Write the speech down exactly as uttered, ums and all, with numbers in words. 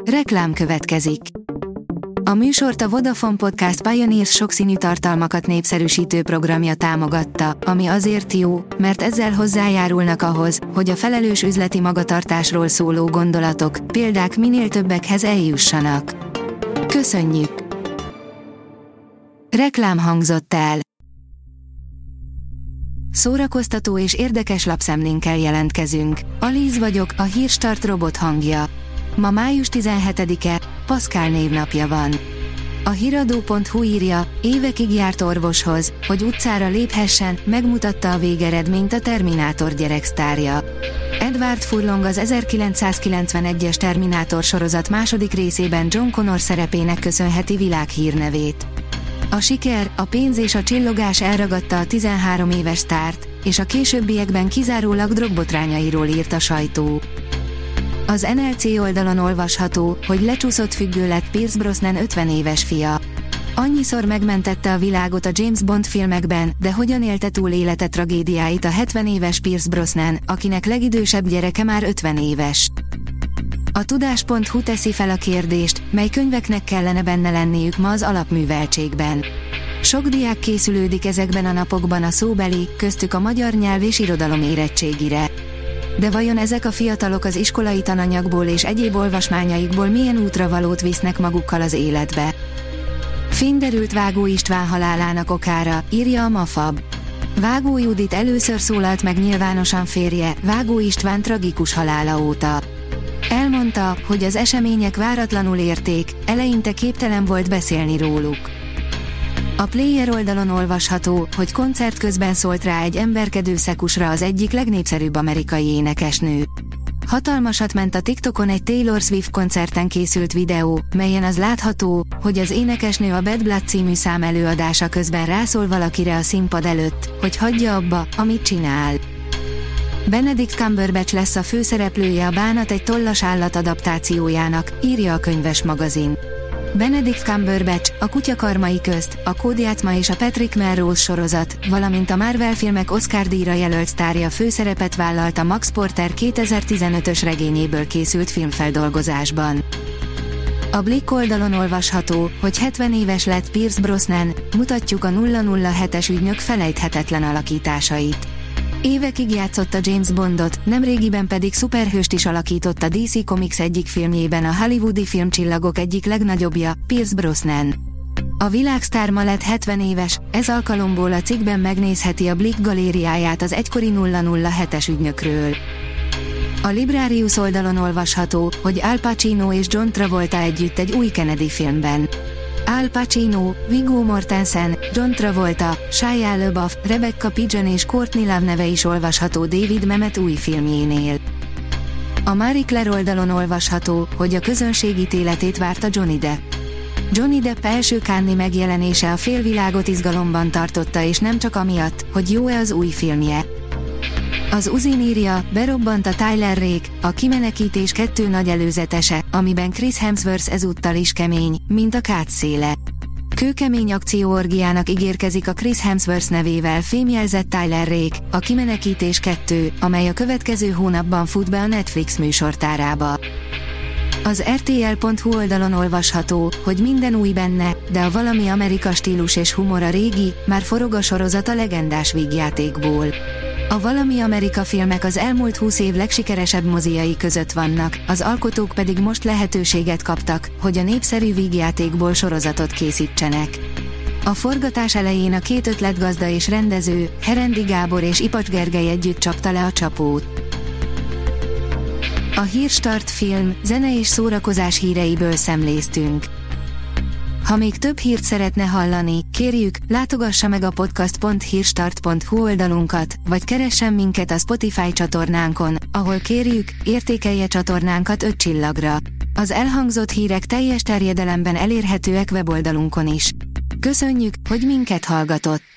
Reklám következik. A műsort a Vodafone Podcast Pioneers sokszínű tartalmakat népszerűsítő programja támogatta, ami azért jó, mert ezzel hozzájárulnak ahhoz, hogy a felelős üzleti magatartásról szóló gondolatok, példák minél többekhez eljussanak. Köszönjük! Reklám hangzott el. Szórakoztató és érdekes lapszemlénkkel jelentkezünk. Alíz vagyok, a Hírstart robot hangja. Ma május tizenhetedike, Paszkál névnapja van. A hiradó pont hu írja, évekig járt orvoshoz, hogy utcára léphessen, megmutatta a végeredményt a Terminátor gyereksztárja. Edward Furlong az ezerkilencszázkilencvenegyes Terminátor sorozat második részében John Connor szerepének köszönheti világhírnevét. A siker, a pénz és a csillogás elragadta a tizenhárom éves sztárt, és a későbbiekben kizárólag drogbotrányairól írt a sajtó. Az en el cé oldalon olvasható, hogy lecsúszott függő lett Pierce Brosnan ötven éves fia. Annyiszor megmentette a világot a James Bond filmekben, de hogyan élte túl élete tragédiáit a hetven éves Pierce Brosnan, akinek legidősebb gyereke már ötven éves. A tudás pont hu teszi fel a kérdést, mely könyveknek kellene benne lenniük ma az alapműveltségben. Sok diák készülődik ezekben a napokban a szóbeli, köztük a magyar nyelv és irodalom érettségire. De vajon ezek a fiatalok az iskolai tananyagból és egyéb olvasmányaikból milyen útravalót visznek magukkal az életbe? Fény derült Vágó István halálának okára, írja a Mafab. Vágó Judit először szólalt meg nyilvánosan férje, Vágó István tragikus halála óta. Elmondta, hogy az események váratlanul érték, eleinte képtelen volt beszélni róluk. A Player oldalon olvasható, hogy koncert közben szólt rá egy emberkedő szekusra az egyik legnépszerűbb amerikai énekesnő. Hatalmasat ment a TikTokon egy Taylor Swift koncerten készült videó, melyen az látható, hogy az énekesnő a Bad Blood című szám előadása közben rászól valakire a színpad előtt, hogy hagyja abba, amit csinál. Benedict Cumberbatch lesz a főszereplője a Bánat egy tollas állat adaptációjának, írja a Könyves magazin. Benedict Cumberbatch, a Kutyakarmai közt, a Kódjátma és a Patrick Melrose sorozat, valamint a Marvel filmek Oscar-díjra jelölt sztárja főszerepet vállalt a Max Porter kétezer-tizenötös regényéből készült filmfeldolgozásban. A Blick oldalon olvasható, hogy hetven éves lett Pierce Brosnan, mutatjuk a nulla nulla hetes ügynök felejthetetlen alakításait. Évekig játszott a James Bondot, nemrégiben pedig szuperhőst is alakított a dé cé Comics egyik filmjében a hollywoodi filmcsillagok egyik legnagyobbja, Pierce Brosnan. A világsztár ma lett hetven éves, ez alkalomból a cikkben megnézheti a Blick galériáját az egykori nulla nulla hetes ügynökről. A Librarius oldalon olvasható, hogy Al Pacino és John Travolta együtt egy új Kennedy filmben. Al Pacino, Viggo Mortensen, John Travolta, Shia LaBeouf, Rebecca Pigeon és Courtney Love neve is olvasható David Mamet új filmjénél. A Marie Claire oldalon olvasható, hogy a közönség ítéletét várta Johnny Depp. Johnny Depp első Cannes-i megjelenése a félvilágot izgalomban tartotta, és nem csak amiatt, hogy jó-e az új filmje. Az Uzin írja, berobbant a Tyler Rake, a Kimenekítés kettő nagy előzetese, amiben Chris Hemsworth ezúttal is kemény, mint a kád széle. Kőkemény akcióorgiának ígérkezik a Chris Hemsworth nevével fémjelzett Tyler Rake, a Kimenekítés kettő, amely a következő hónapban fut be a Netflix műsortárába. Az er té el pont hu oldalon olvasható, hogy minden új benne, de a valami Amerika stílus és humor a régi, már forog a sorozat a legendás vígjátékból. A Valami Amerika filmek az elmúlt húsz év legsikeresebb moziai között vannak, az alkotók pedig most lehetőséget kaptak, hogy a népszerű vígjátékból sorozatot készítsenek. A forgatás elején a két ötletgazda és rendező, Herendi Gábor és Ipacs Gergely együtt csapta le a csapót. A Hírstart film, zene és szórakozás híreiből szemléztünk. Ha még több hírt szeretne hallani, kérjük, látogassa meg a podcast pont hírstart pont hu oldalunkat, vagy keressen minket a Spotify csatornánkon, ahol kérjük, értékelje csatornánkat öt csillagra. Az elhangzott hírek teljes terjedelemben elérhetőek weboldalunkon is. Köszönjük, hogy minket hallgatott!